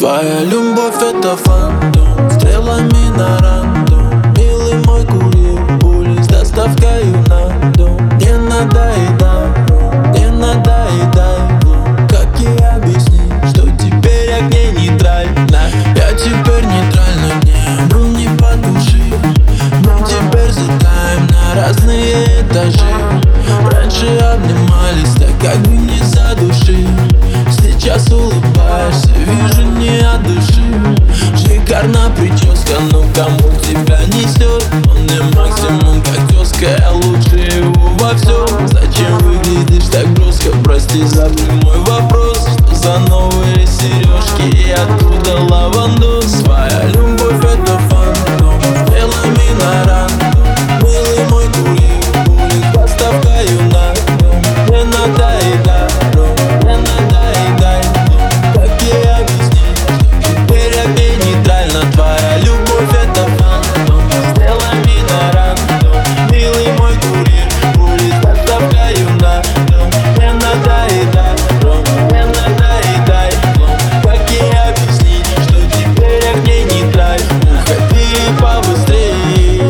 Твоя любовь это фантом, стрелами на рандом. Милый мой курьер, пули с доставкой на дом. Не надоедай, не надоедай. Как ей объяснить, что теперь огней нейтрально? Я теперь нейтрально, мне был не по душе. Мы теперь взлетаем на разные этажи. Раньше обнимались, так как бы не за души. Сейчас улыбаешься, вижу не от души. Шикарна прическа, но кому тебя несет? Он не максимум, как тезка, я лучше его во всем. Зачем выглядишь так броско? Прости за прямой вопрос. Что за новые сережки и откуда лавандос? Своя любовь это фантом, стрелами на рандом. Милый мой курьер, пули с доставкою на дом. Не надоедай, не надоедай. Как ей объяснить, что теперь огней нейтрально? Твоя любовь это фантом, стрелами на рандом. Милый мой курьер, пули с доставкою на дом. Не надоедай, не надоедай. Как ей объяснить, что теперь огней нейтрально? Уходи побыстрее,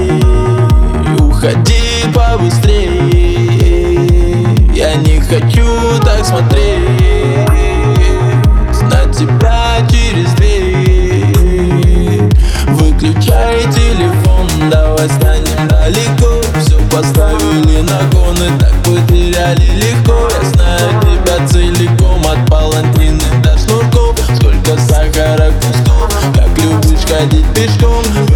уходи побыстрее. Я не хочу так смотреть на тебя через дверь. Выключай телефон, давай станем далеко. Все поставили на кон и так потеряли легко. Я знаю тебя целиком, от палантрины до шнурков. Сколько сахара в кусков, как любишь ходить пешком.